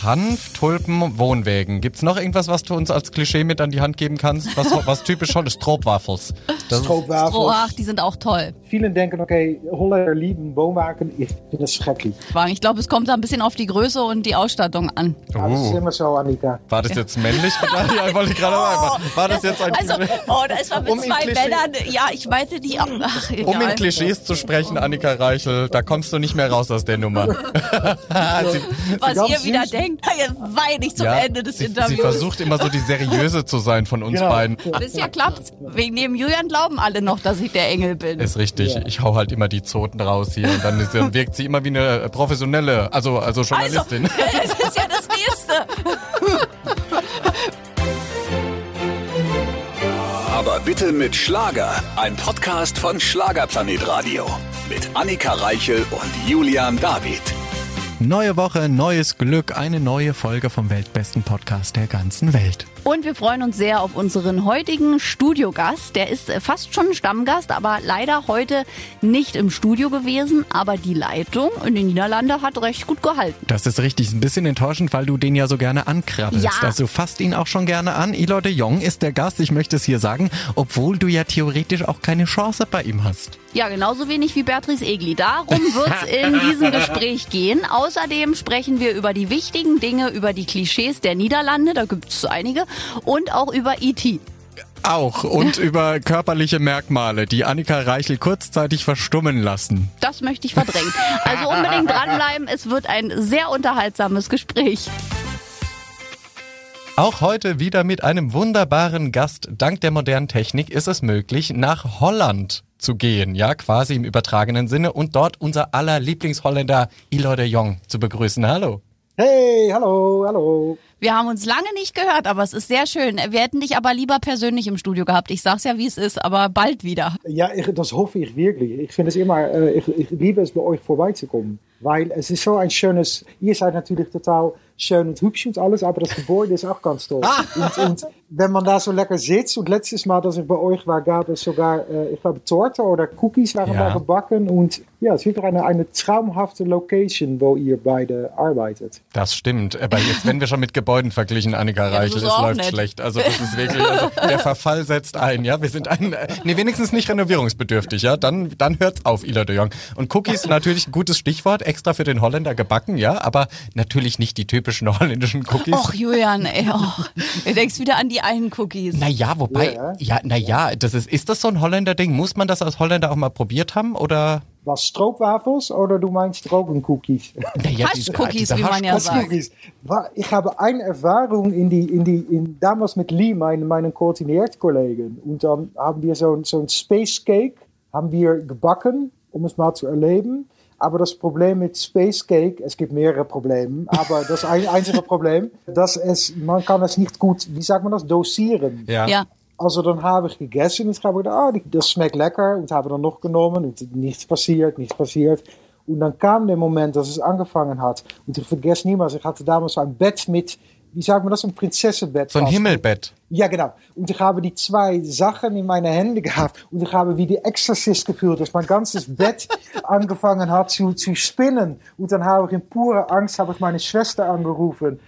Hanf, Tulpen, Wohnwägen. Gibt's noch irgendwas, was du uns als Klischee mit an die Hand geben kannst? Was typisch schon ist? Stroopwafels. Stroopwafels. Ach, die sind auch toll. Viele denken, okay, Holländer lieben Wohnwagen. Ich finde das schrecklich. Ich glaube, es kommt da ein bisschen auf die Größe und die Ausstattung an. Ja, das ist immer so, Annika. War das jetzt männlich? Ja, wollte ich gerade sagen. War das jetzt ein das war mit zwei Männern. Ja, ich meinte die auch. Ach, egal. Um in Klischees zu sprechen, Annika Reichel, da kommst du nicht mehr raus aus der Nummer. Was ihr wieder denkt, jetzt weine ich zum Ende des Interviews. Sie versucht immer so die Seriöse zu sein von uns beiden. Bisher klappt's. Wegen dem Julian glauben alle noch, dass ich der Engel bin. Ist richtig. Ja. Ich hau halt immer die Zoten raus hier und dann wirkt sie immer wie eine professionelle, also Journalistin. Das ist ja das Nächste. Aber bitte mit Schlager. Ein Podcast von Schlagerplanet Radio. Mit Annika Reichel und Julian David. Neue Woche, neues Glück, eine neue Folge vom weltbesten Podcast der ganzen Welt. Und wir freuen uns sehr auf unseren heutigen Studiogast. Der ist fast schon Stammgast, aber leider heute nicht im Studio gewesen. Aber die Leitung in den Niederlanden hat recht gut gehalten. Das ist richtig. Ist ein bisschen enttäuschend, weil du den ja so gerne ankrabbelst. Ja. Also du fasst ihn auch schon gerne an. Eloy de Jong ist der Gast, ich möchte es hier sagen, obwohl du ja theoretisch auch keine Chance bei ihm hast. Ja, genauso wenig wie Beatrice Egli. Darum wird's in diesem Gespräch gehen. Außerdem sprechen wir über die wichtigen Dinge, über die Klischees der Niederlande, da gibt's einige, und auch über E.T. Auch und über körperliche Merkmale, die Annika Reichel kurzzeitig verstummen lassen. Das möchte ich verdrängen. Also unbedingt dranbleiben, es wird ein sehr unterhaltsames Gespräch. Auch heute wieder mit einem wunderbaren Gast. Dank der modernen Technik ist es möglich, nach Holland zu gehen, ja, quasi im übertragenen Sinne, und dort unser aller Lieblingsholländer Eloy de Jong zu begrüßen. Hallo. Hey, hallo. Wir haben uns lange nicht gehört, aber es ist sehr schön. Wir hätten dich aber lieber persönlich im Studio gehabt. Ich sag's ja, wie es ist, aber bald wieder. Ja, das hoffe ich wirklich. Ich finde es immer, ich liebe es, bei euch vorbeizukommen. Weil es ist so ein schönes, ihr seid natürlich total schön und hübsch und alles, aber das Gebäude ist auch ganz toll. Und wenn man da so lecker sitzt, und letztes Mal, dass ich bei euch war, gab es sogar, ich glaube, Torte oder Cookies waren da gebacken. Und ja, es ist wirklich eine traumhafte Location, wo ihr beide arbeitet. Das stimmt, aber jetzt, wenn wir schon mit Gebäuden verglichen, Annika Reichel, es läuft schlecht. Also das ist wirklich, der Verfall setzt ein, ja. Wir sind wenigstens nicht renovierungsbedürftig, ja. Dann hört's auf, Eloy de Jong. Und Cookies natürlich ein gutes Stichwort, extra für den Holländer gebacken, ja, aber natürlich nicht die typischen holländischen Cookies. Och, Julian, ey, du denkst wieder an die einen Cookies. Naja, wobei, ist das so ein Holländer-Ding? Muss man das als Holländer auch mal probiert haben, oder? Was, Stroopwafels oder du meinst Drogencookies? Naja, Haschcookies, wie man ja sagt. Ich habe eine Erfahrung damals mit Lee, meinen Koordiniertkollegen. Und dann haben wir so ein Space Cake haben wir gebacken, um es mal zu erleben. Aber das Problem mit Space Cake, es gibt mehrere Probleme, aber das einzige Problem, man kann es nicht gut, wie sagt man das, dosieren. Ja. Also dann habe ich gegessen und habe gedacht, das schmeckt lecker, und habe dann noch genommen und nichts passiert. Und dann kam der Moment, dass es angefangen hat. Und ich vergesse niemals, ich hatte damals so ein Bett mit, wie sagt man das, ein Prinzessenbett. So ein Himmelbett. Ja, genau. Und ich habe die zwei Sachen in meine Hände gehabt und ich habe wie die Exorcist gefühlt, dass mein ganzes Bett angefangen hat zu spinnen. Und dann habe ich in pure Angst meine Schwester angerufen.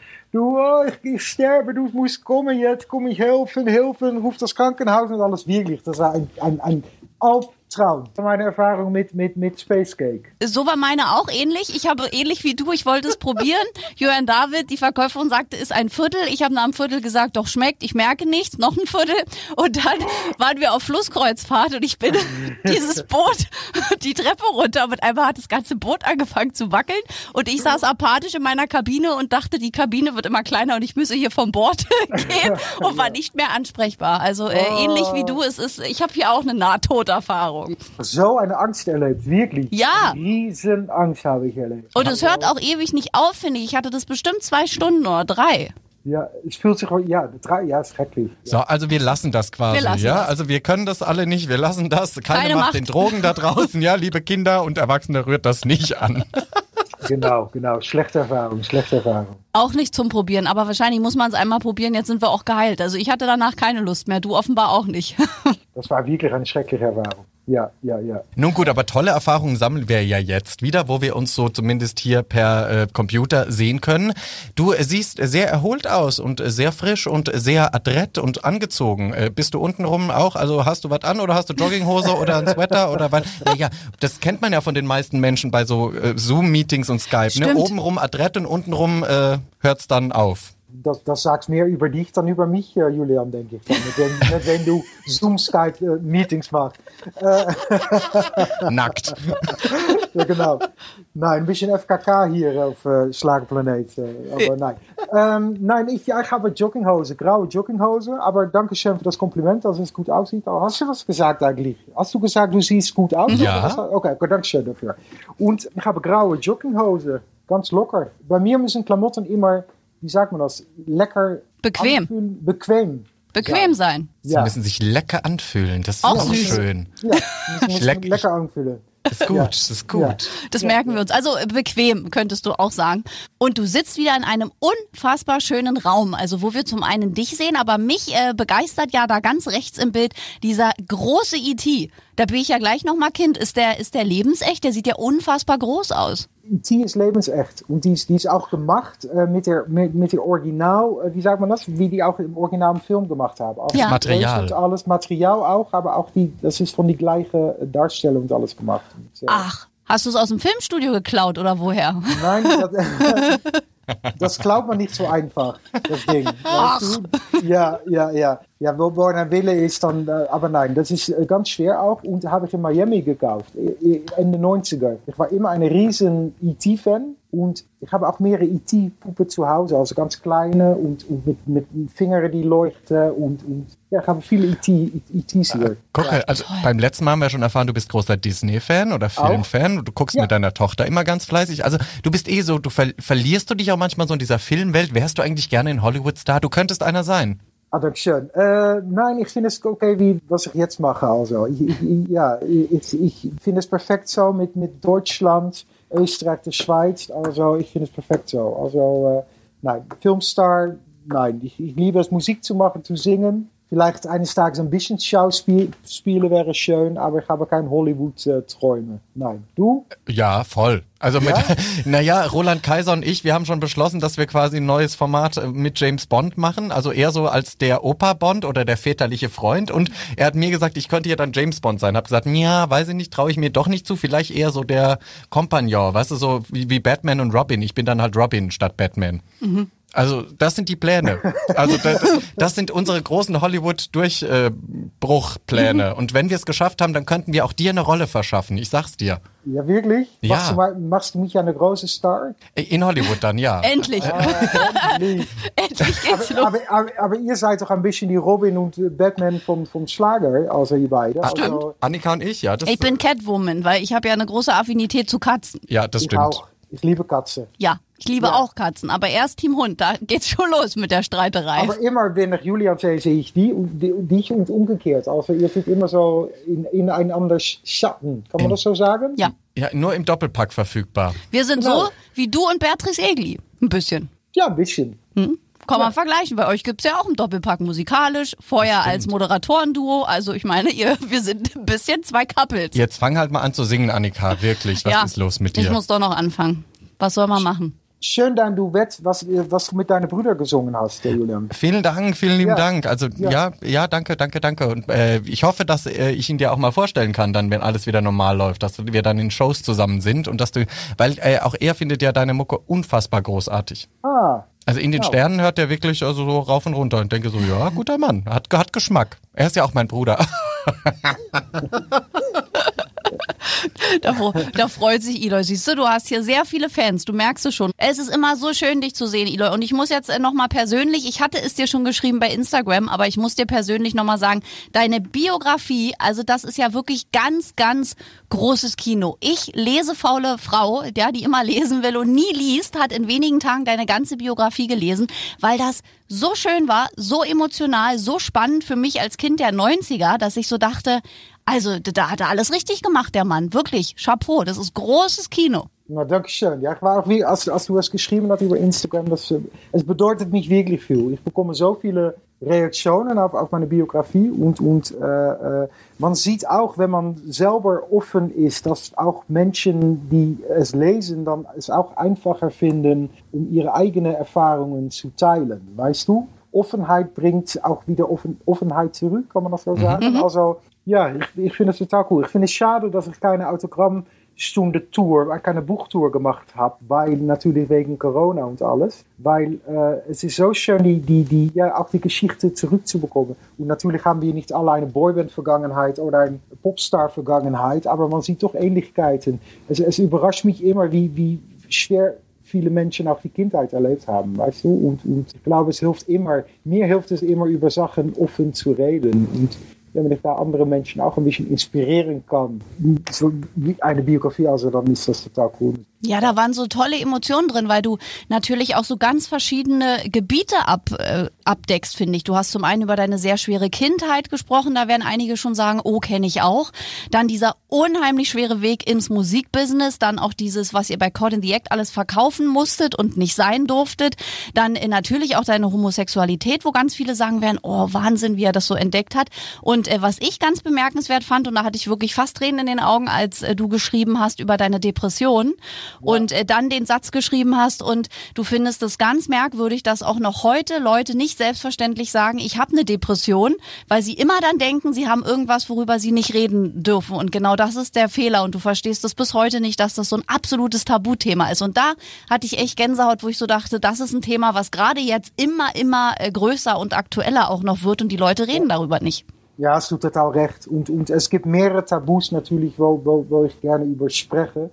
Ich sterbe, du musst kommen jetzt, komm ich helfen, ruf das Krankenhaus und alles. Wirklich, das war ein Albtraum. Meine Erfahrung mit Space Cake. So war meine auch ähnlich. Ich habe ähnlich wie du, ich wollte es probieren. Julian David, die Verkäuferin, sagte, ist ein Viertel. Ich habe nach einem Viertel gesagt, doch schmeckt, ich merke nichts, noch ein Viertel. Und dann waren wir auf Flusskreuzfahrt und ich bin dieses Boot, die Treppe runter, und einmal hat das ganze Boot angefangen zu wackeln und ich saß apathisch in meiner Kabine und dachte, die Kabine wird immer kleiner und ich müsse hier vom Bord gehen und war nicht mehr ansprechbar. Also ähnlich wie du, ich habe hier auch eine Nahtoderfahrung. So eine Angst erlebt, wirklich. Ja. Riesen Angst habe ich erlebt. Und es hört auch ewig nicht auf, finde ich. Ich hatte das bestimmt 2 Stunden oder 3. Ja, es fühlt sich, 3, schrecklich. So, also wir lassen das quasi, Also wir können das alle nicht, wir lassen das. Keine Macht den Drogen da draußen, ja, liebe Kinder und Erwachsene, rührt das nicht an. Genau. Schlechte Erfahrung. Auch nicht zum Probieren, aber wahrscheinlich muss man es einmal probieren, jetzt sind wir auch geheilt. Also ich hatte danach keine Lust mehr, du offenbar auch nicht. Das war wirklich eine schreckliche Erfahrung. Ja. Nun gut, aber tolle Erfahrungen sammeln wir ja jetzt wieder, wo wir uns so zumindest hier per Computer sehen können. Du siehst sehr erholt aus und sehr frisch und sehr adrett und angezogen. Bist du untenrum auch? Also hast du was an oder hast du Jogginghose oder einen Sweater oder was? Ja, das kennt man ja von den meisten Menschen bei so Zoom-Meetings und Skype. Ne? Obenrum adrett und untenrum hört's dann auf. Das sagt mehr über dich dann über mich, Julian, denke ich. Wenn du Zoom-Skype-Meetings machst. Nackt. Ja, genau. Nein, ein bisschen FKK hier auf Schlagerplanet. Aber nein. Ich habe Jogginghose, graue Jogginghose. Aber danke schön für das Kompliment, dass es gut aussieht. Hast du was gesagt eigentlich? Hast du gesagt, du siehst gut aus? Ja. Okay, danke schön dafür. Und ich habe graue Jogginghose, ganz locker. Bei mir müssen Klamotten immer... Wie sagt man das? Lecker bequem. Anfühlen. Bequem sein. Sie müssen sich lecker anfühlen. Das ist auch schön. Ja, müssen lecker anfühlen. Das ist gut, das ist gut. Ja. Das merken wir uns. Also bequem, könntest du auch sagen. Und du sitzt wieder in einem unfassbar schönen Raum, also wo wir zum einen dich sehen, aber mich begeistert ja da ganz rechts im Bild dieser große E.T. Da bin ich ja gleich nochmal Kind. Ist der lebensecht? Der sieht ja unfassbar groß aus. E.T. ist lebensecht und die ist auch gemacht mit der Original, wie sagt man das? Wie die auch im originalen Film gemacht haben. Auch das Material. Und alles Material auch, aber auch das ist von die gleiche Darstellung und alles gemacht. Ach, hast du es aus dem Filmstudio geklaut oder woher? Nein, das klaut man nicht so einfach, das Ding. Weißt du? Ja. Ja, wo ein Wille ist, dann, aber nein, das ist ganz schwer auch und habe ich in Miami gekauft, Ende 90er. Ich war immer ein riesen E.T.-Fan und ich habe auch mehrere E.T.-Puppen zu Hause, also ganz kleine und mit Fingern, die leuchten und ja, ich habe viele E.T.s hier. Guck, also beim letzten Mal haben wir schon erfahren, du bist großer Disney-Fan oder Film-Fan und du guckst mit deiner Tochter immer ganz fleißig. Also du bist so, verlierst du dich auch manchmal so in dieser Filmwelt? Wärst du eigentlich gerne ein Hollywood-Star? Du könntest einer sein. danke schön. Nein, ich finde es okay, wie was ich jetzt mache. Also, ich finde es perfekt so mit Deutschland, Österreich, der Schweiz. Also, ich finde es perfekt so. Also, nein, Filmstar, nein. Ich liebe es, Musik zu machen, zu singen. Vielleicht eines Tages ein bisschen Schauspielen wäre schön, aber ich habe keine Hollywood-Träume. Nein. Du? Ja, voll. Also Roland Kaiser und ich, wir haben schon beschlossen, dass wir quasi ein neues Format mit James Bond machen. Also eher so als der Opa-Bond oder der väterliche Freund. Und er hat mir gesagt, ich könnte ja dann James Bond sein. Hab gesagt, ja, weiß ich nicht, traue ich mir doch nicht zu. Vielleicht eher so der Kompagnon, weißt du, so wie Batman und Robin. Ich bin dann halt Robin statt Batman. Mhm. Also das sind die Pläne. Also das sind unsere großen Hollywood-Durchbruchpläne. Und wenn wir es geschafft haben, dann könnten wir auch dir eine Rolle verschaffen. Ich sag's dir. Ja, wirklich? Ja. Machst du mich eine große Star? In Hollywood dann, ja. Endlich. Endlich. Endlich geht's los. Aber ihr seid doch ein bisschen die Robin und Batman vom Schlager, also ihr beide. Stimmt. Also, Annika und ich, ja. Ich bin Catwoman, weil ich habe ja eine große Affinität zu Katzen. Ja, das stimmt. Auch. Ich liebe Katzen. Ja. Ich liebe auch Katzen, aber erst Team Hund, da geht's schon los mit der Streiterei. Aber immer, wenn ich Julian sehe ich dich und umgekehrt. Also ihr seid immer so in ein anderes Schatten. Kann man das so sagen? Ja. Ja, nur im Doppelpack verfügbar. Wir sind so wie du und Beatrice Egli. Ein bisschen. Ja, ein bisschen. Kann man vergleichen. Bei euch gibt's ja auch einen Doppelpack musikalisch. Vorher als Moderatorenduo. Also ich meine, wir sind ein bisschen zwei Couples. Jetzt fang halt mal an zu singen, Annika. Wirklich, was ist los mit dir? Ich muss doch noch anfangen. Was soll man machen? Schön dein Duett, was du mit deinen Brüdern gesungen hast, der Julian. Vielen Dank, vielen lieben Dank. Also danke. Und ich hoffe, dass ich ihn dir auch mal vorstellen kann, dann, wenn alles wieder normal läuft, dass wir dann in Shows zusammen sind und dass weil auch er findet ja deine Mucke unfassbar großartig. Also in den Sternen hört er wirklich also so rauf und runter und denke so, ja, guter Mann, hat Geschmack. Er ist ja auch mein Bruder. Da freut sich Eloy. Siehst du hast hier sehr viele Fans. Du merkst es schon. Es ist immer so schön, dich zu sehen, Eloy. Und ich muss jetzt nochmal persönlich, ich hatte es dir schon geschrieben bei Instagram, aber ich muss dir persönlich nochmal sagen, deine Biografie, also das ist ja wirklich ganz, ganz großes Kino. Ich lesefaule Frau, die immer lesen will und nie liest, hat in wenigen Tagen deine ganze Biografie gelesen, weil das so schön war, so emotional, so spannend für mich als Kind der 90er, dass ich so dachte, also da hat er alles richtig gemacht, der Mann. Wirklich, Chapeau, das ist großes Kino. Na, danke schön. Ja, ich war auch als du das geschrieben hast über Instagram, es bedeutet mich wirklich viel. Ich bekomme so viele Reaktionen auf meine Biografie und man sieht auch, wenn man selber offen ist, dass auch Menschen, die es lesen, dann es auch einfacher finden, um ihre eigenen Erfahrungen zu teilen. Weißt du? Offenheit bringt auch wieder Offenheit zurück, kann man das so sagen? Mhm. Also, ja, ich finde es total cool. Ich finde es schade, dass ich keine Autogrammstunde-Tour, keine Buchtour gemacht habe, weil natürlich wegen Corona und alles. Weil es ist so schön, auch die Geschichte zurückzubekommen. Und natürlich haben wir nicht alle eine Boyband-Vergangenheit oder eine Popstar-Vergangenheit, aber man sieht doch Ähnlichkeiten. Es überrascht mich immer, wie schwer viele Menschen auch die Kindheit erlebt haben, weißt du? Und ich glaube, mir hilft es immer, über Sachen offen zu reden. Und wenn ich da andere Menschen auch ein bisschen inspirieren kann, so wie eine Biografie, also dann ist das total cool. Ja, da waren so tolle Emotionen drin, weil du natürlich auch so ganz verschiedene Gebiete abdeckst, finde ich. Du hast zum einen über deine sehr schwere Kindheit gesprochen, da werden einige schon sagen, oh, kenne ich auch. Dann dieser unheimlich schwere Weg ins Musikbusiness, dann auch dieses, was ihr bei Caught in the Act alles verkaufen musstet und nicht sein durftet. Dann natürlich auch deine Homosexualität, wo ganz viele sagen werden, oh, Wahnsinn, wie er das so entdeckt hat. Und was ich ganz bemerkenswert fand, und da hatte ich wirklich fast Tränen in den Augen, als du geschrieben hast über deine Depression. Und dann den Satz geschrieben hast und du findest es ganz merkwürdig, dass auch noch heute Leute nicht selbstverständlich sagen, ich habe eine Depression, weil sie immer dann denken, sie haben irgendwas, worüber sie nicht reden dürfen. Und genau das ist der Fehler und du verstehst es bis heute nicht, dass das so ein absolutes Tabuthema ist. Und da hatte ich echt Gänsehaut, wo ich so dachte, das ist ein Thema, was gerade jetzt immer größer und aktueller auch noch wird und die Leute reden darüber nicht. Ja, hast du total recht. Und es gibt mehrere Tabus natürlich, wo ich gerne über spreche.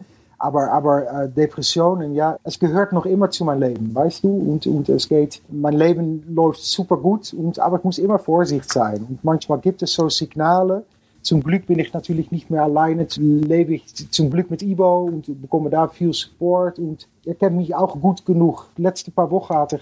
Aber Depressionen, ja, es gehört noch immer zu meinem Leben, weißt du? Und mein Leben läuft super gut, aber ich muss immer vorsichtig sein. Und manchmal gibt es so Signale. Zum Glück bin ich natürlich nicht mehr alleine, lebe ich zum Glück mit Ibo und bekomme da viel Support und er kennt mich auch gut genug. Die letzten paar Wochen hatte ich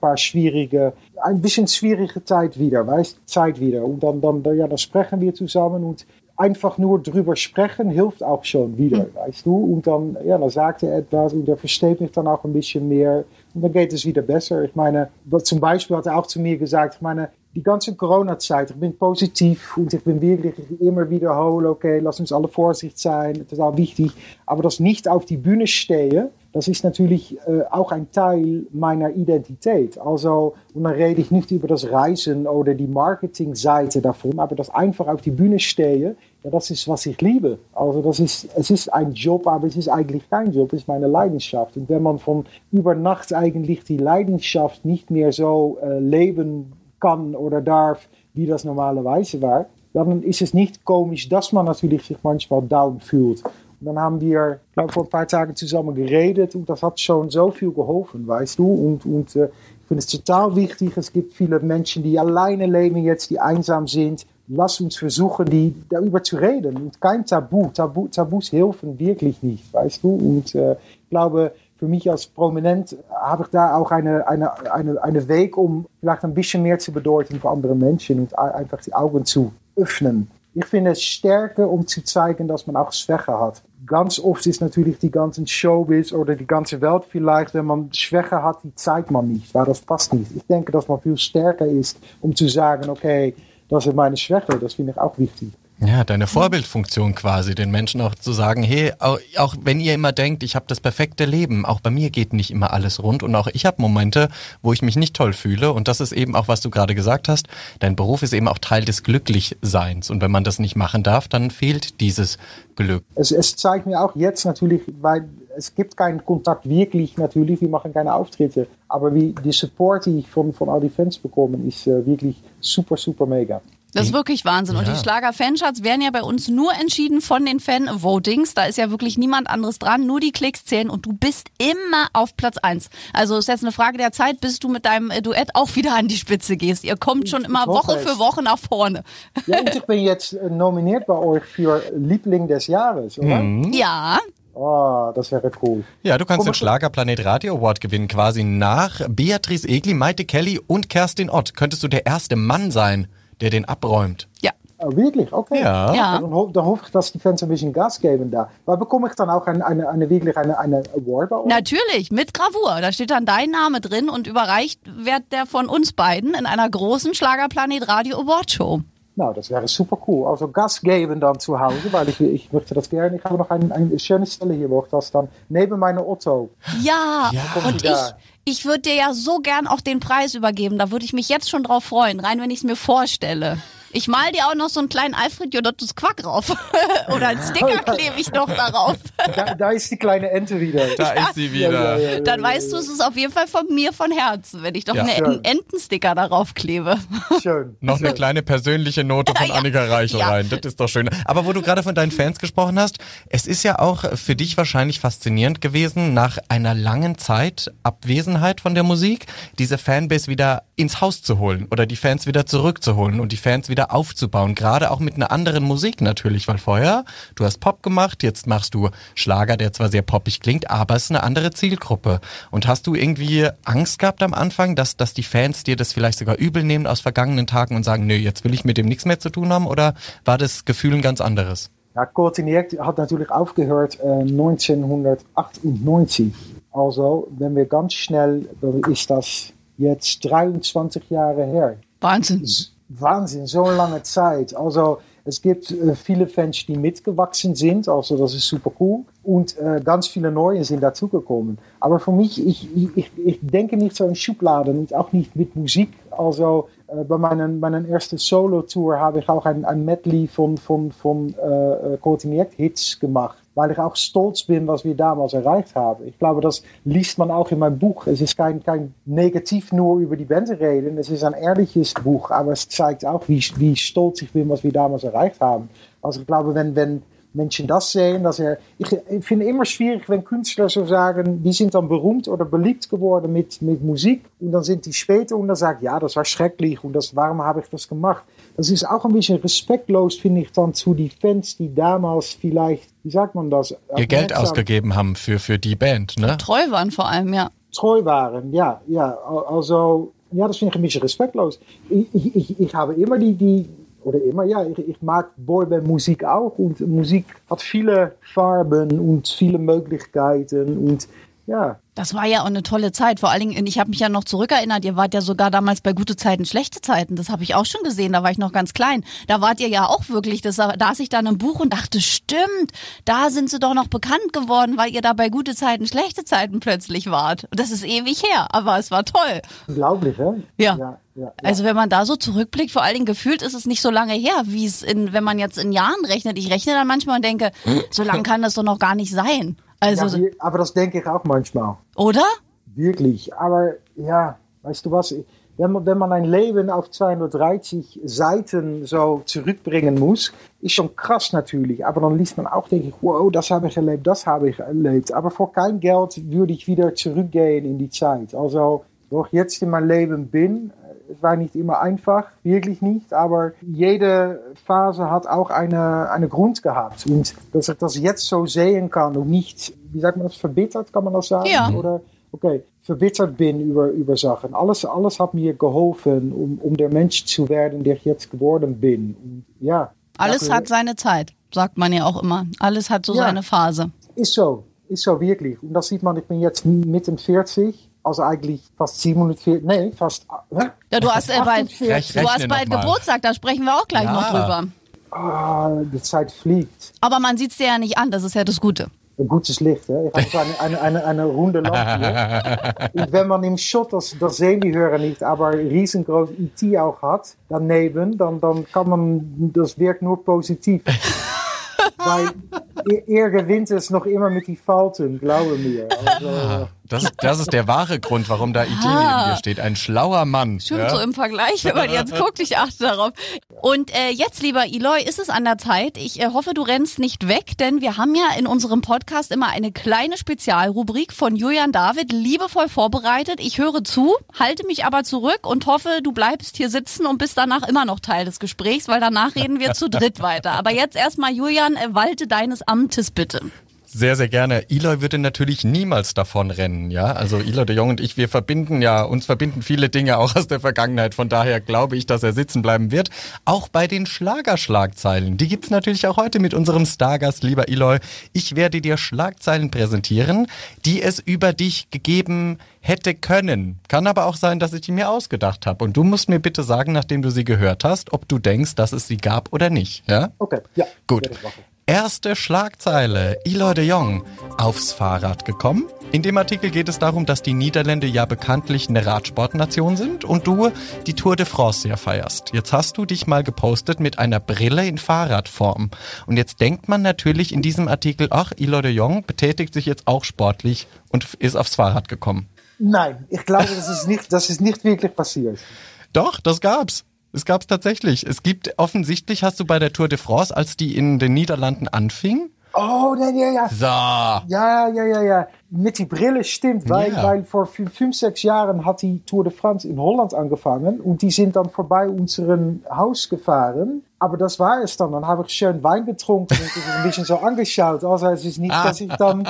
ein bisschen schwierige Zeit wieder. Und dann sprechen wir zusammen und einfach nur drüber sprechen hilft auch schon wieder, weißt du? Und dann sagt er etwas und er versteht mich dann auch ein bisschen mehr und dann geht es wieder besser. Ich meine, zum Beispiel hat er auch zu mir gesagt, die ganze Corona-Zeit, ich bin positiv und ich bin wirklich immer wiederholen, okay, lass uns alle vorsichtig sein, total wichtig. Aber das nicht auf die Bühne stehen, das ist natürlich auch ein Teil meiner Identität. Also, und dann rede ich nicht über das Reisen oder die Marketingseite davon, aber das einfach auf die Bühne stehen, ja, das ist, was ich liebe. Also es ist ein Job, aber es ist eigentlich kein Job, es ist meine Leidenschaft. Und wenn man von über Nacht eigentlich die Leidenschaft nicht mehr so leben kann oder darf, wie das normalerweise war, dann ist es nicht komisch, dass man natürlich sich manchmal down fühlt. Und dann haben wir, glaube ich, vor ein paar Tagen zusammen geredet und das hat schon so viel geholfen, weißt du. Und ich finde es total wichtig, es gibt viele Menschen, die alleine leben jetzt, die einsam sind. Lass uns versuchen, darüber zu reden. Und kein Tabu. Tabus helfen wirklich nicht, weißt du. Und ich glaube, für mich als Prominent habe ich da auch eine Weg, um vielleicht ein bisschen mehr zu bedeuten für andere Menschen und einfach die Augen zu öffnen. Ich finde es stärker, um zu zeigen, dass man auch Schwäche hat. Ganz oft ist natürlich die ganze Showbiz oder die ganze Welt vielleicht, wenn man Schwäche hat, die zeigt man nicht, weil das passt nicht. Ich denke, dass man viel stärker ist, um zu sagen, okay, das ist meine Schwäche, das finde ich auch wichtig. Ja, deine Vorbildfunktion quasi, den Menschen auch zu sagen, hey, auch wenn ihr immer denkt, ich habe das perfekte Leben, auch bei mir geht nicht immer alles rund und auch ich habe Momente, wo ich mich nicht toll fühle und das ist eben auch, was du gerade gesagt hast, dein Beruf ist eben auch Teil des Glücklichseins und wenn man das nicht machen darf, dann fehlt dieses Glück. Es zeigt mir auch jetzt natürlich, weil es gibt keinen Kontakt wirklich natürlich, wir machen keine Auftritte, aber wie die Support, die ich von all die Fans bekomme, ist wirklich super, super mega. Das ist wirklich Wahnsinn. Ja. Und die Schlager-Fancharts werden ja bei uns nur entschieden von den Fan-Votings. Da ist ja wirklich niemand anderes dran, nur die Klicks zählen und du bist immer auf Platz 1. Also ist jetzt eine Frage der Zeit, bis du mit deinem Duett auch wieder an die Spitze gehst. Ihr kommt schon immer Woche für Woche nach vorne. Ja, und ich bin jetzt nominiert bei euch für Liebling des Jahres, oder? Ja. Oh, das wäre cool. Ja, du kannst den Schlagerplanet Radio Award gewinnen, quasi nach Beatrice Egli, Maite Kelly und Kerstin Ott. Könntest du der erste Mann sein, der den abräumt? Ja. Oh, wirklich? Okay. Ja. Dann hoffe ich, dass die Fans ein bisschen Gas geben da. Aber bekomme ich dann auch eine Award bei uns? Natürlich, mit Gravur. Da steht dann dein Name drin und überreicht wird der von uns beiden in einer großen Schlagerplanet Radio Award Show. Nou, das wäre super cool. Also Gas geben dann zu Hause, weil ich möchte das gerne. Ich habe noch eine schöne Stelle hier, wo ich das dann neben meiner Otto. Ja. Und ich würde dir ja so gern auch den Preis übergeben. Da würde ich mich jetzt schon drauf freuen, rein wenn ich es mir vorstelle. Ich mal dir auch noch so einen kleinen Alfred Jodotus Quack drauf. Oder einen Sticker klebe ich noch darauf. Da ist die kleine Ente wieder. Da ist sie wieder. Ja. Dann weißt du, es ist auf jeden Fall von mir von Herzen, wenn ich doch einen Entensticker darauf klebe. Schön. Noch eine kleine persönliche Note von Annika Reichel rein. Das ist doch schön. Aber wo du gerade von deinen Fans gesprochen hast, es ist ja auch für dich wahrscheinlich faszinierend gewesen, nach einer langen Zeit Abwesenheit von der Musik, diese Fanbase wieder ins Haus zu holen oder die Fans wieder zurückzuholen und die Fans wieder aufzubauen, gerade auch mit einer anderen Musik natürlich, weil vorher, du hast Pop gemacht, jetzt machst du Schlager, der zwar sehr poppig klingt, aber es ist eine andere Zielgruppe. Und hast du irgendwie Angst gehabt am Anfang, dass die Fans dir das vielleicht sogar übel nehmen aus vergangenen Tagen und sagen, nö, jetzt will ich mit dem nichts mehr zu tun haben, oder war das Gefühl ein ganz anderes? Ja, Courtney hat natürlich aufgehört 1998. Also, wenn wir ganz schnell, dann ist das jetzt 23 Jahre her. Wahnsinn, so lange Zeit. Also es gibt viele Fans, die mitgewachsen sind, also das ist super cool. Und ganz viele neue sind dazugekommen. Aber für mich, ich denke nicht so in Schubladen und auch nicht mit Musik. Also bei meinen ersten Solo-Tour habe ich auch ein Medley von Courtney-Hits gemacht. Weil ich auch stolz bin, was wir damals erreicht haben. Ich glaube, das liest man auch in meinem Buch. Es ist kein negativ nur über die Band reden. Es ist ein ehrliches Buch, aber es zeigt auch, wie stolz ich bin, was wir damals erreicht haben. Also ich glaube, wenn Menschen das sehen, ich finde immer schwierig, wenn Künstler so sagen, die sind dann berühmt oder beliebt geworden mit Musik und dann sind die später und dann sagen, ja, das war schrecklich und warum habe ich das gemacht? Das ist auch ein bisschen respektlos, finde ich, dann zu die Fans, die damals vielleicht, wie sagt man das? Ihr Geld ausgegeben haben für die Band, ne? Treu waren vor allem, ja. Treu waren, ja. Also, ja, das finde ich ein bisschen respektlos. Ich habe immer ich mag Boyband-Musik auch und Musik hat viele Farben und viele Möglichkeiten und ja. Das war ja auch eine tolle Zeit. Vor allen Dingen, ich habe mich ja noch zurückerinnert, ihr wart ja sogar damals bei Gute Zeiten, schlechte Zeiten. Das habe ich auch schon gesehen, da war ich noch ganz klein. Da wart ihr ja auch wirklich, da saß ich dann im Buch und dachte, stimmt, da sind sie doch noch bekannt geworden, weil ihr da bei Gute Zeiten, schlechte Zeiten plötzlich wart. Und das ist ewig her, aber es war toll. Unglaublich, hä? Ja. Also wenn man da so zurückblickt, vor allen Dingen gefühlt ist es nicht so lange her, wie es wenn man jetzt in Jahren rechnet. Ich rechne dann manchmal und denke, so lang kann das doch noch gar nicht sein. Also, ja, aber das denke ich auch manchmal. Oder? Wirklich. Aber ja, weißt du was? Wenn man ein Leben auf 230 Seiten so zurückbringen muss, ist schon krass natürlich. Aber dann liest man auch, denke ich, wow, das habe ich erlebt, das habe ich erlebt. Aber für kein Geld würde ich wieder zurückgehen in die Zeit. Also, wo ich jetzt in meinem Leben bin, es war nicht immer einfach, wirklich nicht, aber jede Phase hat auch eine Grund gehabt. Und dass ich das jetzt so sehen kann und nicht, wie sagt man das, verbittert, kann man das sagen? Ja. Oder, okay, verbittert bin über Sachen. Alles hat mir geholfen, um der Mensch zu werden, der ich jetzt geworden bin. Und, ja. Alles hat seine Zeit, sagt man ja auch immer. Alles hat so seine Phase. Ist so wirklich. Und das sieht man, ich bin jetzt Mitte 40. Also eigentlich fast 740, nee, fast. Ja, du hast bald Geburtstag, da sprechen wir auch gleich noch drüber. Die Zeit fliegt. Aber man sieht es dir ja nicht an, das ist ja das Gute. Ein gutes Licht, hè? Ich habe eine runde Lampe. Und wenn man im Shot, das sehen die Hörer nicht, aber riesengroß IT auch hat, daneben, dann kann man, das wirkt nur positiv. Weil er gewinnt es noch immer mit die Falten, glaube mir. Also, das ist der wahre Grund, warum da IT neben dir steht. Ein schlauer Mann. Stimmt, so im Vergleich, wenn man jetzt guckt, ich achte darauf. Und jetzt, lieber Eloy, ist es an der Zeit. Ich hoffe, du rennst nicht weg, denn wir haben ja in unserem Podcast immer eine kleine Spezialrubrik von Julian David, liebevoll vorbereitet. Ich höre zu, halte mich aber zurück und hoffe, du bleibst hier sitzen und bist danach immer noch Teil des Gesprächs, weil danach reden wir zu dritt weiter. Aber jetzt erstmal, Julian, walte deines Amtes bitte. Sehr, sehr gerne. Eloy würde natürlich niemals davon rennen, ja. Also Eloy de Jong und ich, uns verbinden viele Dinge auch aus der Vergangenheit. Von daher glaube ich, dass er sitzen bleiben wird. Auch bei den Schlagerschlagzeilen. Die gibt's natürlich auch heute mit unserem Stargast, lieber Eloy. Ich werde dir Schlagzeilen präsentieren, die es über dich gegeben hätte können. Kann aber auch sein, dass ich die mir ausgedacht habe. Und du musst mir bitte sagen, nachdem du sie gehört hast, ob du denkst, dass es sie gab oder nicht, ja? Okay, ja. Gut. Erste Schlagzeile, Eloy de Jong, aufs Fahrrad gekommen. In dem Artikel geht es darum, dass die Niederländer ja bekanntlich eine Radsportnation sind und du die Tour de France sehr feierst. Jetzt hast du dich mal gepostet mit einer Brille in Fahrradform. Und jetzt denkt man natürlich in diesem Artikel, ach, Eloy de Jong betätigt sich jetzt auch sportlich und ist aufs Fahrrad gekommen. Nein, ich glaube, das ist nicht wirklich passiert. Doch, das gab's. Es gab's tatsächlich. Es gibt offensichtlich, hast du bei der Tour de France, als die in den Niederlanden anfing. Oh, ja. So. Ja. Mit die Brille stimmt, weil vor 5-6 Jahren hat die Tour de France in Holland angefangen und die sind dann vorbei unserem Haus gefahren. Aber das war es dann. Dann habe ich schön Wein getrunken und es ein bisschen so angeschaut. Also es ist nicht, dass ich dann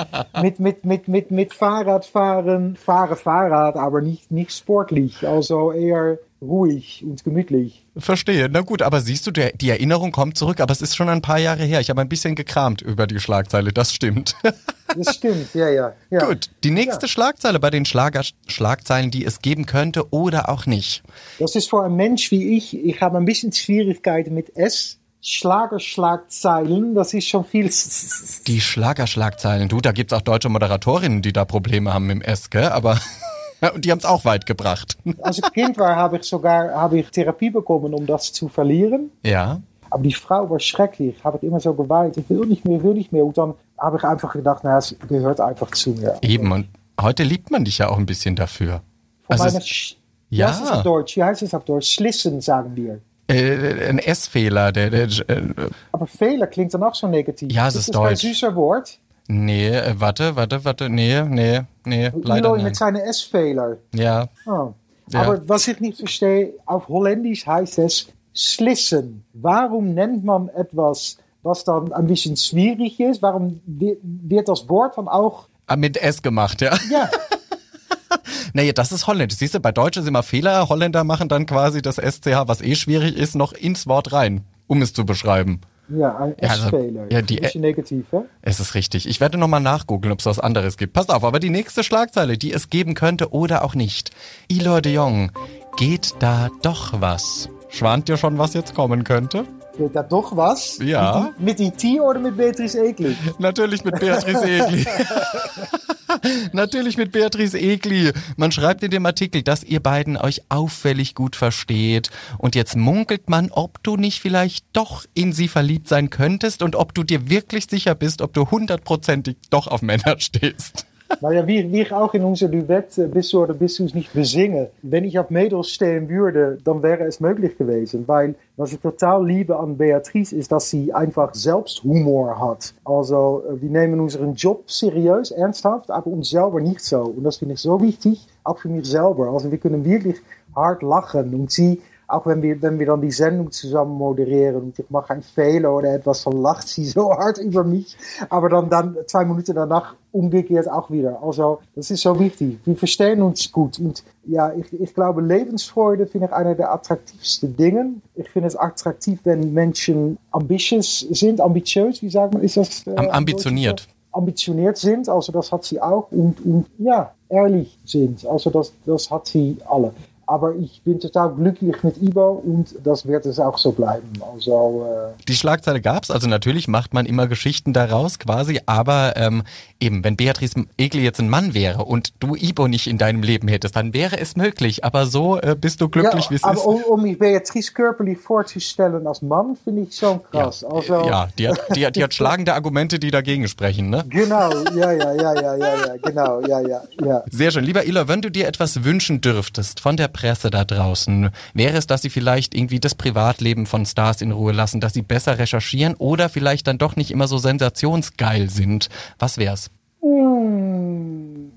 mit Fahrrad fahre Fahrrad, aber nicht sportlich. Also eher ruhig und gemütlich. Verstehe. Na gut, aber siehst du, die Erinnerung kommt zurück, aber es ist schon ein paar Jahre her. Ich habe ein bisschen gekramt über die Schlagzeile, das stimmt. Das stimmt, ja. Gut, die nächste Schlagzeile bei den Schlagzeilen, die es geben könnte oder auch nicht. Das ist für einen Mensch wie ich habe ein bisschen Schwierigkeiten mit S. Schlagerschlagzeilen, das ist schon viel. Die Schlagerschlagzeilen, da gibt's auch deutsche Moderatorinnen, die da Probleme haben mit dem S, gell? Aber und die haben es auch weit gebracht. Als ich Kind war, habe ich Therapie bekommen, um das zu verlieren. Ja. Aber die Frau war schrecklich, habe ich immer so geweint. Ich will nicht mehr. Und dann habe ich einfach gedacht, es gehört einfach zu mir. Eben, und heute liebt man dich ja auch ein bisschen dafür. Ja. Was ist es auf Deutsch? Wie heißt es auf Deutsch? Schlissen, sagen wir. Ein S-Fehler. Aber Fehler klingt dann auch so negativ. Ja, es ist deutsch. Ist das ein süßer Wort? Nee, warte. Nee, leider nicht. Mit seinen S-Fehler. Ja. Oh. Ja. Aber was ich nicht verstehe, auf Holländisch heißt es slissen. Warum nennt man etwas, was dann ein bisschen schwierig ist? Warum wird das Wort dann auch mit S gemacht, ja? Ja. Naja, das ist Holländisch. Siehst du, bei Deutsch ist immer Fehler. Holländer machen dann quasi das SCH, was schwierig ist, noch ins Wort rein, um es zu beschreiben. Ja, ein S-Fehler. Ja, ein bisschen negativ, ja? Es ist richtig. Ich werde nochmal nachgoogeln, ob es was anderes gibt. Pass auf, aber die nächste Schlagzeile, die es geben könnte oder auch nicht. Eloy de Jong, geht da doch was? Schwant dir schon, was jetzt kommen könnte? Geht da doch was? Ja. Mit IT oder mit Beatrice Egli? Natürlich mit Beatrice Egli. Natürlich mit Beatrice Egli. Man schreibt in dem Artikel, dass ihr beiden euch auffällig gut versteht. Und jetzt munkelt man, ob du nicht vielleicht doch in sie verliebt sein könntest und ob du dir wirklich sicher bist, ob du 100%ig doch auf Männer stehst. Naja, wie ich auch in unser Duett bist du oder bist du es nicht besingen. Wenn ich auf Mädels stehen würde, dann wäre es möglich gewesen. Weil was ich total liebe an Beatrice ist, dass sie einfach selbst Humor hat. Also wir nehmen unseren Job serieus, ernsthaft, aber uns selber nicht so. Und das finde ich so wichtig, auch für mich selber. Also wir können wirklich hart lachen und sie, auch wenn wir dann die Sendung zusammen moderieren und ich mache einen Fehler oder etwas, dann lacht sie so hart über mich. Aber dann 2 Minuten danach umgekehrt auch wieder. Also das ist so wichtig. Wir verstehen uns gut. Und ja, ich glaube, Lebensfreude finde ich einer der attraktivsten Dingen. Ich finde es attraktiv, wenn Menschen ambitiös, wie sagt man, ist das? Ambitioniert. Ambitioniert sind, also das hat sie auch. Und ja, ehrlich sind. Also das hat sie alle. Aber ich bin total glücklich mit Ivo und das wird es auch so bleiben. Also die Schlagzeile gab's, also natürlich macht man immer Geschichten daraus quasi, aber eben, wenn Beatrice Egli jetzt ein Mann wäre und du Ivo nicht in deinem Leben hättest, dann wäre es möglich. Aber so bist du glücklich, wie es ist. Aber um mich Beatrice körperlich vorzustellen als Mann, finde ich schon krass. Ja, also, die hat schlagende Argumente, die dagegen sprechen, ne? Genau, ja, genau. Sehr schön. Lieber Eloy, wenn du dir etwas wünschen dürftest von der Presse da draußen, wäre es, dass sie vielleicht irgendwie das Privatleben von Stars in Ruhe lassen, dass sie besser recherchieren oder vielleicht dann doch nicht immer so sensationsgeil sind? Was wär's?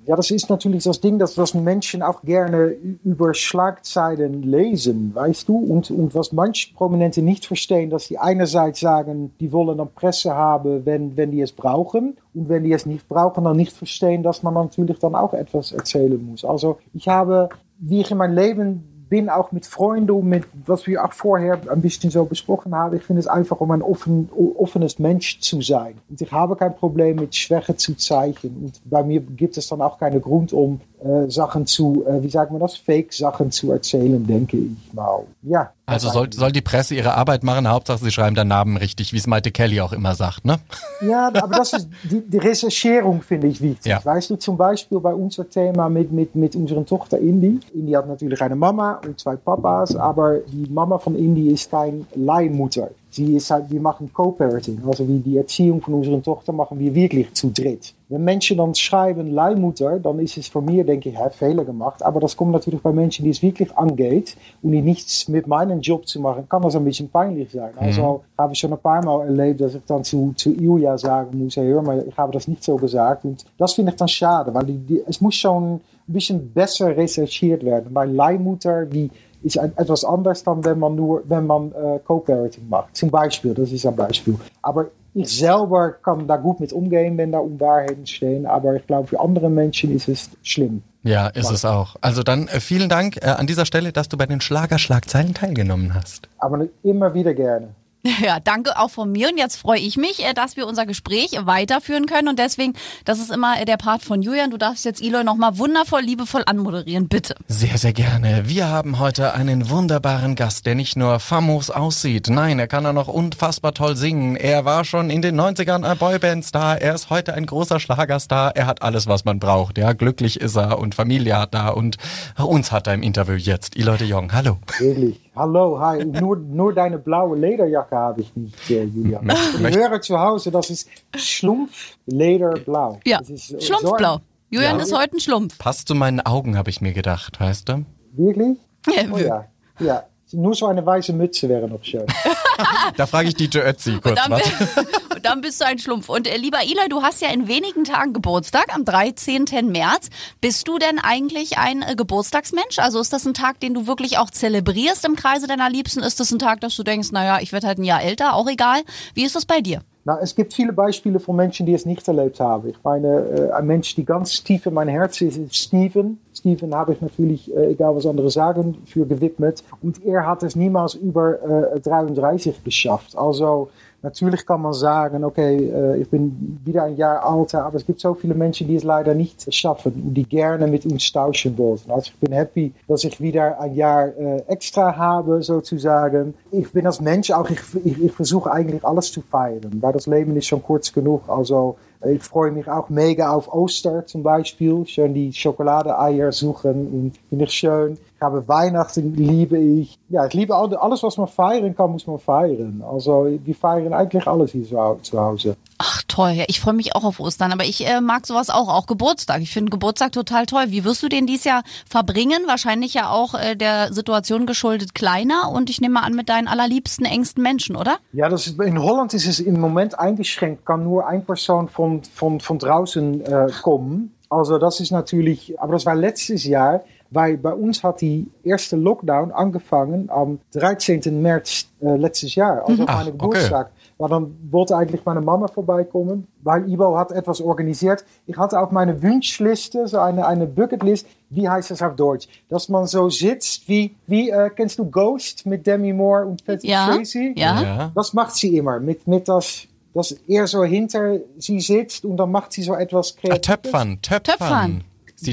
Ja, das ist natürlich das Ding, dass Menschen auch gerne über Schlagzeilen lesen, weißt du? Und was manche Prominente nicht verstehen, dass sie einerseits sagen, die wollen dann Presse haben, wenn die es brauchen. Und wenn die es nicht brauchen, dann nicht verstehen, dass man natürlich dann auch etwas erzählen muss. Also ich habe, wie ich in meinem Leben bin, auch mit Freunden und mit, was wir auch vorher ein bisschen so besprochen haben, ich finde es einfach, um ein offenes Mensch zu sein. Und ich habe kein Problem mit Schwäche zu zeigen. Und bei mir gibt es dann auch keinen Grund, um Sachen zu, wie sagt man das, Fake-Sachen zu erzählen, denke ich mal. Ja. Also soll die Presse ihre Arbeit machen, Hauptsache sie schreiben den Namen richtig, wie es Maite Kelly auch immer sagt, ne? Ja, aber das ist die Recherchierung, finde ich wichtig. Ja. Weißt du, zum Beispiel bei unser Thema mit unserer Tochter Indy. Indy hat natürlich eine Mama und 2 Papas, aber die Mama von Indy ist kein Leihmutter. Sie ist halt, wir machen Co-Parenting, also wie die Erziehung von unserer Tochter machen wir wirklich zu dritt. Wenn Menschen dann schreiben Leihmutter, dann ist es für mich, denke ich, Fehler gemacht. Aber das kommt natürlich bei Menschen, die es wirklich angeht und die nichts mit meinem Job zu machen, kann das ein bisschen peinlich sein. Also habe ich schon ein paar Mal erlebt, dass ich dann zu Ilja sagen muss, hey, hör mal, ich habe das nicht so gesagt. Und das finde ich dann schade, weil es muss schon ein bisschen besser recherchiert werden. Bei Leihmutter, die ist etwas anders dann, wenn man Co-Parenting macht. Zum Beispiel, das ist ein Beispiel. Aber ich selber kann da gut mit umgehen, wenn da Unwahrheiten stehen. Aber ich glaube, für andere Menschen ist es schlimm. Ja, ist es auch. Also dann vielen Dank an dieser Stelle, dass du bei den Schlagerschlagzeilen teilgenommen hast. Aber immer wieder gerne. Ja, danke auch von mir und jetzt freue ich mich, dass wir unser Gespräch weiterführen können und deswegen, das ist immer der Part von Julian, du darfst jetzt Eloy nochmal wundervoll, liebevoll anmoderieren, bitte. Sehr, sehr gerne. Wir haben heute einen wunderbaren Gast, der nicht nur famos aussieht, nein, er kann auch noch unfassbar toll singen. Er war schon in den 90ern ein Boyband-Star, er ist heute ein großer Schlagerstar, er hat alles, was man braucht, ja, glücklich ist er und Familie hat da und uns hat er im Interview jetzt. Eloy de Jong, hallo. Wirklich. Hallo, hi. Nur deine blaue Lederjacke habe ich nicht, Julian. Ich höre zu Hause, das ist Schlumpflederblau. Ja, Schlumpfblau. Julian ist heute ein Schlumpf. Passt zu meinen Augen, habe ich mir gedacht, weißt du? Wirklich? Ja, oh, ja. Nur so eine weiße Mütze wäre noch schön. Da frage ich DJ Ötzi kurz. Und dann bist du ein Schlumpf. Und lieber Eloy, du hast ja in wenigen Tagen Geburtstag, am 13. März. Bist du denn eigentlich ein Geburtstagsmensch? Also ist das ein Tag, den du wirklich auch zelebrierst im Kreise deiner Liebsten? Ist das ein Tag, dass du denkst, naja, ich werde halt ein Jahr älter, auch egal. Wie ist das bei dir? Na, es gibt viele Beispiele von Menschen, die es nicht erlebt haben. Ich meine, ein Mensch, die ganz tief in mein Herz ist Steven. Steven habe ich natürlich, egal was andere sagen, für gewidmet. Und er hat es niemals über 33 geschafft. Also natürlich kann man sagen, okay, ich bin wieder ein Jahr älter, aber es gibt so viele Menschen, die es leider nicht schaffen und die gerne mit uns tauschen wollten. Also ich bin happy, dass ich wieder ein Jahr extra habe, sozusagen. Ich bin als Mensch auch, ich versuche eigentlich alles zu feiern, weil das Leben ist schon kurz genug. Also ich freue mich auch mega auf Oster zum Beispiel. Schön die Schokoladeeier suchen und finde ich schön. Ich habe Weihnachten, liebe ich. Ja, ich liebe alles, was man feiern kann, muss man feiern. Also wir feiern eigentlich alles hier zu Hause. Ach toll, ja, ich freue mich auch auf Ostern, aber ich mag sowas auch Geburtstag. Ich finde Geburtstag total toll. Wie wirst du den dieses Jahr verbringen? Wahrscheinlich ja auch der Situation geschuldet kleiner und ich nehme mal an mit deinen allerliebsten, engsten Menschen, oder? Ja, in Holland ist es im Moment eingeschränkt. Kann nur eine Person von draußen kommen. Also das ist natürlich, aber das war letztes Jahr, weil bei uns hat die erste Lockdown angefangen am 13. März letztes Jahr, also auf meine Geburtstag. Okay. Maar dann wollte eigentlich meine Mama vorbeikommen, weil Ivo hat etwas organisiert. Ich hatte auf meine Wunschliste so eine Bucketlist. Wie heißt das auf Deutsch? Dass man so sitzt wie kennst du Ghost mit Demi Moore und Patrick Swayze? Ja. Das macht sie immer, mit das dass er so hinter sie sitzt und dann macht sie so etwas Kreatives. Töpfern.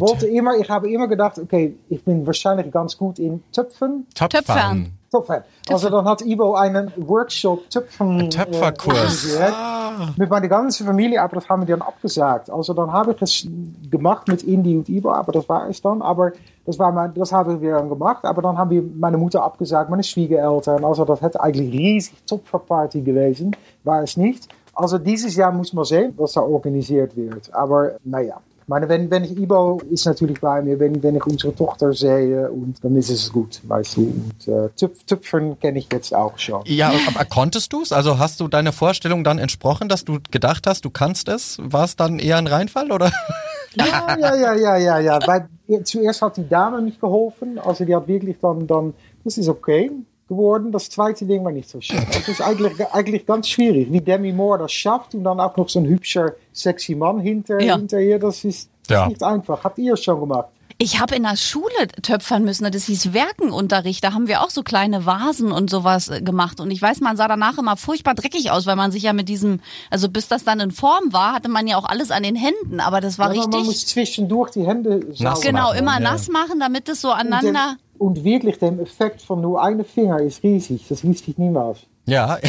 Ich habe immer gedacht, okay, ich bin wahrscheinlich ganz gut in Töpfen. Töpfern. Also dann hat Ivo einen Workshop Töpferkurs mit meiner ganzen Familie, aber das haben wir dann abgesagt. Also dann habe ich es gemacht mit Indy und Ivo, aber das war es dann. Aber das haben wir dann gemacht, aber dann haben wir meine Mutter abgesagt, meine Schwiegereltern. Also das hätte eigentlich riesig Töpferparty gewesen, war es nicht. Also dieses Jahr muss man sehen, was da organisiert wird. Aber naja. Ich meine, wenn ich Ivo ist natürlich bei mir, wenn ich unsere Tochter sehe und dann ist es gut, weißt du. Und Töpfern kenne ich jetzt auch schon. Ja, aber konntest du es? Also hast du deiner Vorstellung dann entsprochen, dass du gedacht hast, du kannst es? War es dann eher ein Reinfall oder? Ja. Zuerst hat die Dame mich geholfen. Also die hat wirklich dann das ist okay geworden. Das zweite Ding war nicht so schön. Das ist eigentlich ganz schwierig, wie Demi Moore das schafft und dann auch noch so ein hübscher, sexy Mann hinter ihr. Das ist nicht einfach. Habt ihr es schon gemacht? Ich habe in der Schule töpfern müssen, das hieß Werkenunterricht, da haben wir auch so kleine Vasen und sowas gemacht und ich weiß, man sah danach immer furchtbar dreckig aus, weil man sich ja mit diesem, also bis das dann in Form war, hatte man ja auch alles an den Händen, aber das war richtig... Man muss zwischendurch die Hände nass machen. Genau, immer nass machen, damit es so aneinander... Und wirklich, der Effekt von nur einem Finger ist riesig, das wüsste ich niemals. Ja.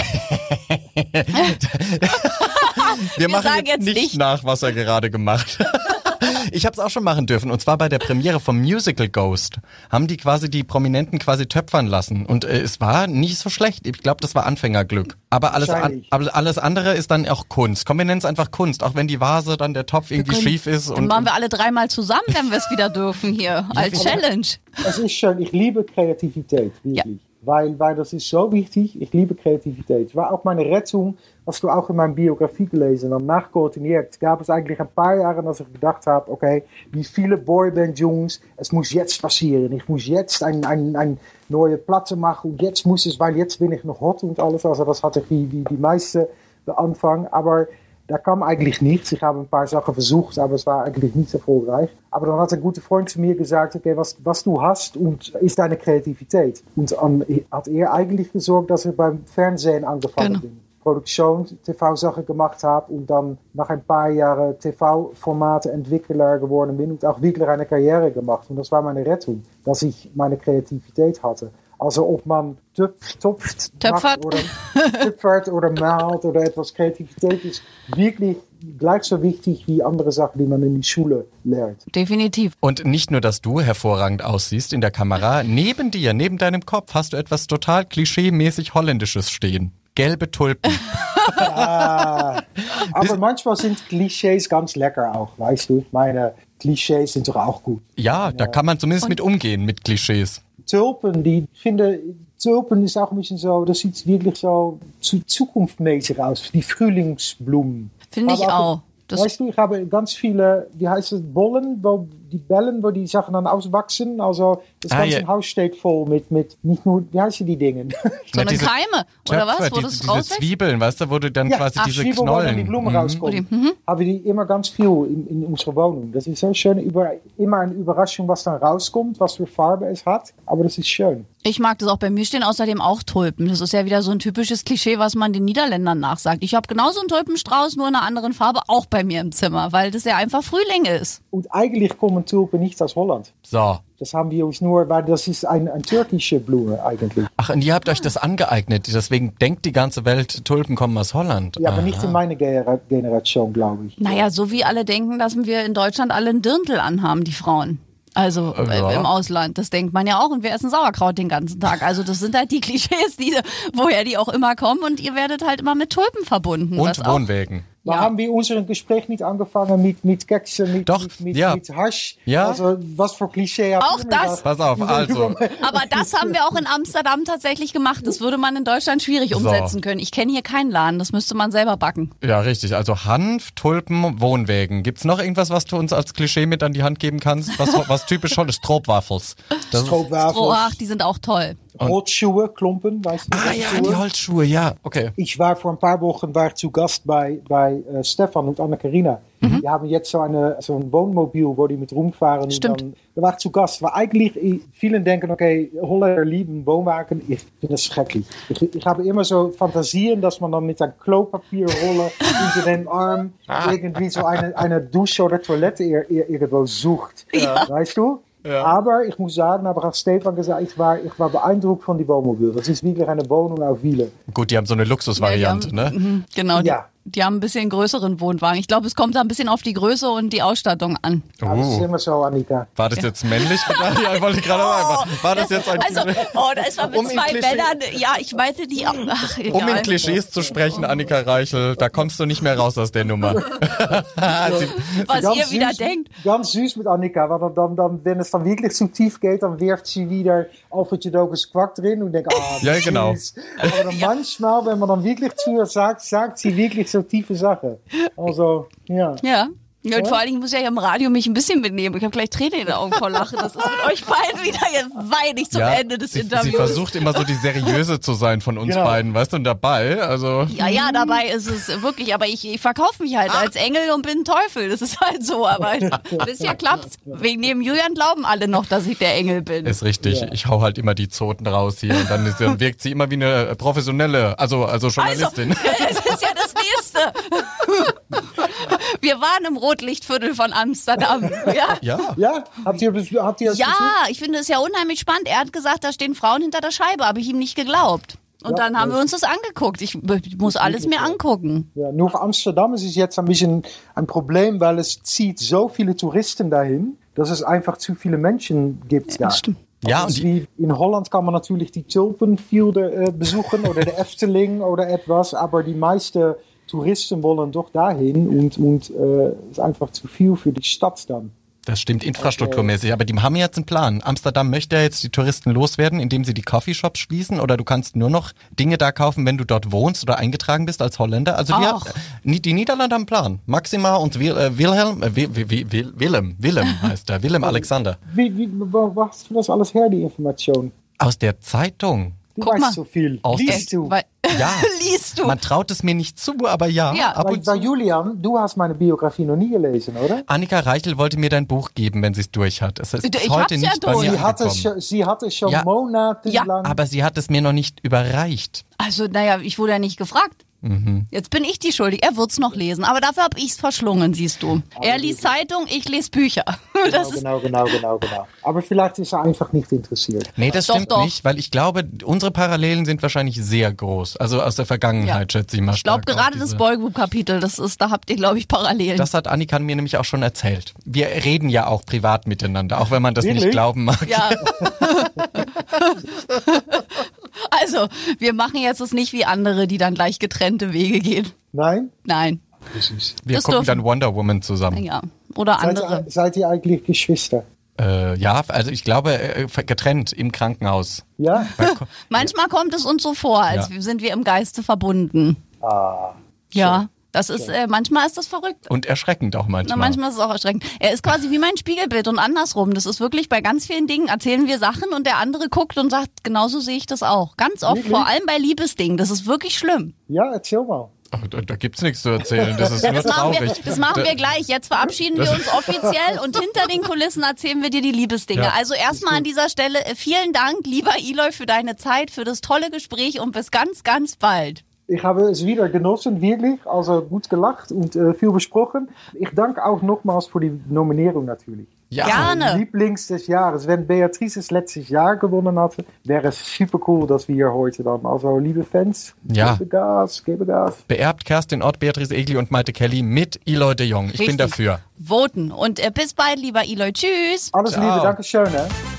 Wir machen jetzt nicht nach, was er gerade gemacht hat. Ich habe es auch schon machen dürfen und zwar bei der Premiere vom Musical Ghost haben die quasi die Prominenten quasi töpfern lassen und es war nicht so schlecht. Ich glaube, das war Anfängerglück. Aber alles andere ist dann auch Kunst. Komm, wir nennen es einfach Kunst, auch wenn die Vase dann der Topf irgendwie schief ist. Dann machen wir alle 3 Mal zusammen, wenn wir es wieder dürfen hier als Challenge. Es ist schön, ich liebe Kreativität, wirklich. Ja. Weil das ist so wichtig, ich liebe Kreativität. Es war auch meine Rettung, hast du auch in meiner Biografie gelesen, dann nachkoordiniert, gab es eigentlich ein paar Jahre, dass ich gedacht habe, okay, wie viele Boyband-Jungs, es muss jetzt passieren. Ich muss jetzt eine neue Platte machen und jetzt muss es, weil jetzt bin ich noch hot und alles. Also das hatte ich wie die meiste Anfang, aber da kam eigentlich nichts. Ich habe ein paar Sachen versucht, aber es war eigentlich nicht erfolgreich. Aber dann hat ein guter Freund zu mir gesagt, okay, was du hast und ist deine Kreativität. Und dann hat er eigentlich gesorgt, dass ich beim Fernsehen angefangen bin. Produktion, TV-Sachen gemacht habe und dann nach ein paar Jahren TV-Formate Entwickler geworden bin und auch wirklich eine Karriere gemacht. Und das war meine Rettung, dass ich meine Kreativität hatte. Also ob man töpfert oder malt oder etwas, Kreativität ist wirklich gleich so wichtig wie andere Sachen, die man in die Schule lernt. Definitiv. Und nicht nur, dass du hervorragend aussiehst in der Kamera, neben dir, neben deinem Kopf hast du etwas total klischee-mäßig Holländisches stehen. Gelbe Tulpen. Aber manchmal sind Klischees ganz lecker auch, weißt du? Ich meine, Klischees sind doch auch gut. Ja, da kann man zumindest mit umgehen, mit Klischees. Tulpen, Tulpen ist auch ein bisschen so, das sieht wirklich so zukunftsmäßig aus, die Frühlingsblumen. Finde ich auch. Weißt du, ich habe ganz viele, wie heißt es, Bollen, wo die Sachen dann auswachsen. Also das ganze Haus steht voll mit nicht nur, wie heißen die Dinge? So eine Keime, oder was? Wo diese Zwiebeln, weißt du, wo du dann quasi diese Zwiebeln, Knollen... Wo dann die Blumen rauskommen. Habe die immer ganz viel in unserer Wohnung. Das ist so schön, immer eine Überraschung, was dann rauskommt, was für Farbe es hat. Aber das ist schön. Ich mag das auch. Bei mir stehen außerdem auch Tulpen. Das ist ja wieder so ein typisches Klischee, was man den Niederländern nachsagt. Ich habe genauso einen Tulpenstrauß, nur in einer anderen Farbe, auch bei mir im Zimmer, weil das ja einfach Frühling ist. Und eigentlich kommen Tulpen nicht aus Holland. So. Das haben wir uns nur, weil das ist eine türkische Blume eigentlich. Ach, und ihr habt euch das angeeignet. Deswegen denkt die ganze Welt, Tulpen kommen aus Holland. Ja, aber nicht in meiner Generation, glaube ich. Naja, so wie alle denken, dass wir in Deutschland alle einen Dirndl anhaben, die Frauen. Also im Ausland, das denkt man ja auch und wir essen Sauerkraut den ganzen Tag. Also das sind halt die Klischees, woher die auch immer kommen und ihr werdet halt immer mit Tulpen verbunden. Und Wohnwägen. Da haben wir unser Gespräch nicht angefangen mit Keksen, mit Hasch. Ja. Also was für Klischee. Auch das. Pass auf, also. Aber das haben wir auch in Amsterdam tatsächlich gemacht. Das würde man in Deutschland schwierig umsetzen können. Ich kenne hier keinen Laden, das müsste man selber backen. Ja, richtig. Also Hanf, Tulpen, Wohnwägen. Gibt's noch irgendwas, was du uns als Klischee mit an die Hand geben kannst? Was typisch schon ist? Stroopwafels. Ach, die sind auch toll. Holzschuhe, Klumpen, weißt du? Ja, die Holzschuhe, ja. Okay. Ich war vor ein paar Wochen zu Gast bei Stefan und Anna-Karina. Mhm. Die haben jetzt so ein Wohnmobil, wo die mit rumfahren. Stimmt. Und da war ich zu Gast. War eigentlich, vielen denken, okay, Holländer lieben Wohnwagen. Ich finde das schrecklich. Ich habe immer so Fantasien, dass man dann mit einer Klopapierrolle unter den Arm irgendwie so eine Dusche oder Toilette irgendwo sucht. Ja. Weißt du? Ja. Aber ich muss sagen, habe auch Stefan gesagt, ich war beeindruckt von die Wohnmobil. Das ist wirklich eine Wohnung auf Wielen. Gut, die haben so eine Luxusvariante, ne? Genau, die haben ein bisschen größeren Wohnwagen. Ich glaube, es kommt da ein bisschen auf die Größe und die Ausstattung an. Ja, das ist immer so, Annika. War das jetzt männlich? Ja, ich wollte gerade sagen. War das jetzt ein da ist man mit zwei Männern. Ja, ich meinte die auch. Ach, egal. Um in Klischees zu sprechen, Annika Reichel, da kommst du nicht mehr raus aus der Nummer. Was ihr wieder denkt. Ganz süß mit Annika, weil dann, wenn es dann wirklich zu tief geht, dann wirft sie wieder Alfredjedokes Quark drin und denkt, ja, genau. Aber dann manchmal, wenn man dann wirklich zu ihr sagt sie wirklich so tiefe Sachen. Also, ja. Ja. Ja, und vor allen Dingen muss ich ja im Radio mich ein bisschen benehmen. Ich habe gleich Tränen in den Augen vor Lachen. Das ist mit euch beiden wieder jetzt weinig zum Ende des Interviews. Sie versucht immer so die Seriöse zu sein von uns beiden, weißt du, und dabei, also... Ja, dabei ist es wirklich, aber ich verkaufe mich halt als Engel und bin Teufel. Das ist halt so, aber bisher klappt's. Wegen neben Julian glauben alle noch, dass ich der Engel bin. Ist richtig. Ja. Ich hau halt immer die Zoten raus hier und dann wirkt sie immer wie eine professionelle, also Journalistin. Es ist ja das Nächste. Wir waren im Rotlichtviertel von Amsterdam. Ja? Habt ihr das gesehen? Ich finde es ja unheimlich spannend. Er hat gesagt, da stehen Frauen hinter der Scheibe, habe ich ihm nicht geglaubt. Und dann haben wir uns das angeguckt. Ich muss alles mir angucken. Ja, nur für Amsterdam ist es jetzt ein bisschen ein Problem, weil es zieht so viele Touristen dahin, dass es einfach zu viele Menschen gibt. Ja, stimmt. Ja, und wie in Holland kann man natürlich die Tulpenfielder besuchen oder der Efteling oder etwas, aber die meisten Touristen wollen doch dahin und ist einfach zu viel für die Stadt dann. Das stimmt, infrastrukturmäßig, aber die haben jetzt einen Plan. Amsterdam möchte ja jetzt die Touristen loswerden, indem sie die Coffeeshops schließen, oder du kannst nur noch Dinge da kaufen, wenn du dort wohnst oder eingetragen bist als Holländer. Also die Niederlande haben einen Plan. Maxima und Willem heißt er, Willem Alexander. Wo hast du das alles her, die Information? Aus der Zeitung. Du weißt so viel. Liest du? Ja. Liest du? Man traut es mir nicht zu, aber ja. Ab und zu. Julian, du hast meine Biografie noch nie gelesen, oder? Annika Reichel wollte mir dein Buch geben, wenn sie es durch hat. Es ist heute nicht bei mir angekommen. Sie hat es schon monatelang. Aber sie hat es mir noch nicht überreicht. Also, ich wurde ja nicht gefragt. Jetzt bin ich die Schuldig. Er wird's noch lesen. Aber dafür habe ich's verschlungen, siehst du. Er liest Zeitung, ich lese Bücher. Genau. Aber vielleicht ist er einfach nicht interessiert. Nee, das stimmt nicht, weil ich glaube, unsere Parallelen sind wahrscheinlich sehr groß. Also aus der Vergangenheit, schätze ich mal. Ich glaube, gerade das Boygroup-Kapitel, da habt ihr, glaube ich, Parallelen. Das hat Annika mir nämlich auch schon erzählt. Wir reden ja auch privat miteinander, auch wenn man das nicht glauben mag. Ja. Also, wir machen jetzt das nicht wie andere, die dann gleich getrennte Wege gehen. Nein? Nein. Wir gucken dann Wonder Woman zusammen. Ja, oder andere. Seid ihr eigentlich Geschwister? Ja, also ich glaube getrennt im Krankenhaus. Ja? Manchmal kommt es uns so vor, als sind wir im Geiste verbunden. Ja. Das ist, manchmal ist das verrückt. Und erschreckend auch manchmal. Manchmal ist es auch erschreckend. Er ist quasi wie mein Spiegelbild und andersrum. Das ist wirklich bei ganz vielen Dingen, erzählen wir Sachen und der andere guckt und sagt, genauso sehe ich das auch. Ganz oft, vor allem bei Liebesdingen. Das ist wirklich schlimm. Ja, erzähl mal. Ach, da gibt's nichts zu erzählen, das ist nur traurig. Das machen wir gleich. Jetzt verabschieden wir uns offiziell und hinter den Kulissen erzählen wir dir die Liebesdinge. Ja. Also erstmal an dieser Stelle vielen Dank, lieber Eloy, für deine Zeit, für das tolle Gespräch und bis ganz, ganz bald. Ich habe es wieder genossen, wirklich. Also gut gelacht und viel besprochen. Ich danke auch nochmals für die Nominierung natürlich. Ja. Gerne. Lieblings des Jahres. Wenn Beatrice es letztes Jahr gewonnen hatte, wäre es super cool, dass wir hier heute dann. Also liebe Fans, gebe Gas. Beerbt Kerstin Ott, Beatrice Egli und Maite Kelly mit Eloy de Jong. Ich bin dafür. Voten. Und bis bald, lieber Eloy. Tschüss. Alles Liebe, danke schön.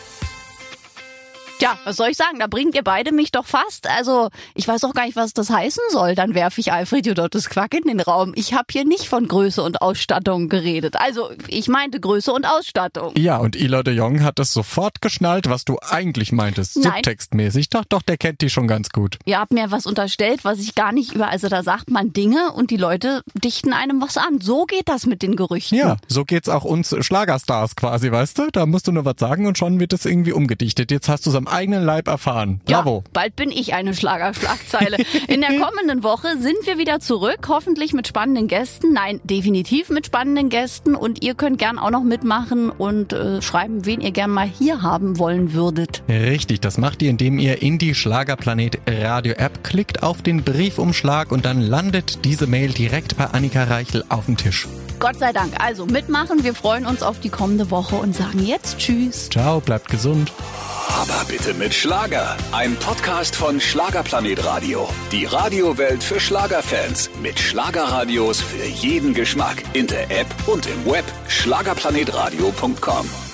Ja, was soll ich sagen? Da bringt ihr beide mich doch fast. Also, ich weiß auch gar nicht, was das heißen soll. Dann werfe ich Alfred Jodottes Quack in den Raum. Ich habe hier nicht von Größe und Ausstattung geredet. Also, ich meinte Größe und Ausstattung. Ja, und Eloy de Jong hat es sofort geschnallt, was du eigentlich meintest. Subtextmäßig. Doch, der kennt die schon ganz gut. Ihr habt mir was unterstellt, was ich gar nicht also da sagt man Dinge und die Leute dichten einem was an. So geht das mit den Gerüchten. Ja, so geht's auch uns Schlagerstars quasi, weißt du? Da musst du nur was sagen und schon wird es irgendwie umgedichtet. Jetzt hast du es am eigenen Leib erfahren. Bravo. Ja, bald bin ich eine Schlagerschlagzeile. In der kommenden Woche sind wir wieder zurück, hoffentlich mit spannenden Gästen. Nein, definitiv mit spannenden Gästen. Und ihr könnt gern auch noch mitmachen und schreiben, wen ihr gern mal hier haben wollen würdet. Richtig, das macht ihr, indem ihr in die Schlagerplanet Radio App klickt, auf den Briefumschlag und dann landet diese Mail direkt bei Annika Reichel auf dem Tisch. Gott sei Dank. Also mitmachen, wir freuen uns auf die kommende Woche und sagen jetzt Tschüss. Ciao, bleibt gesund. Aber bitte mit Schlager. Ein Podcast von Schlagerplanet Radio. Die Radiowelt für Schlagerfans. Mit Schlagerradios für jeden Geschmack. In der App und im Web. Schlagerplanetradio.com.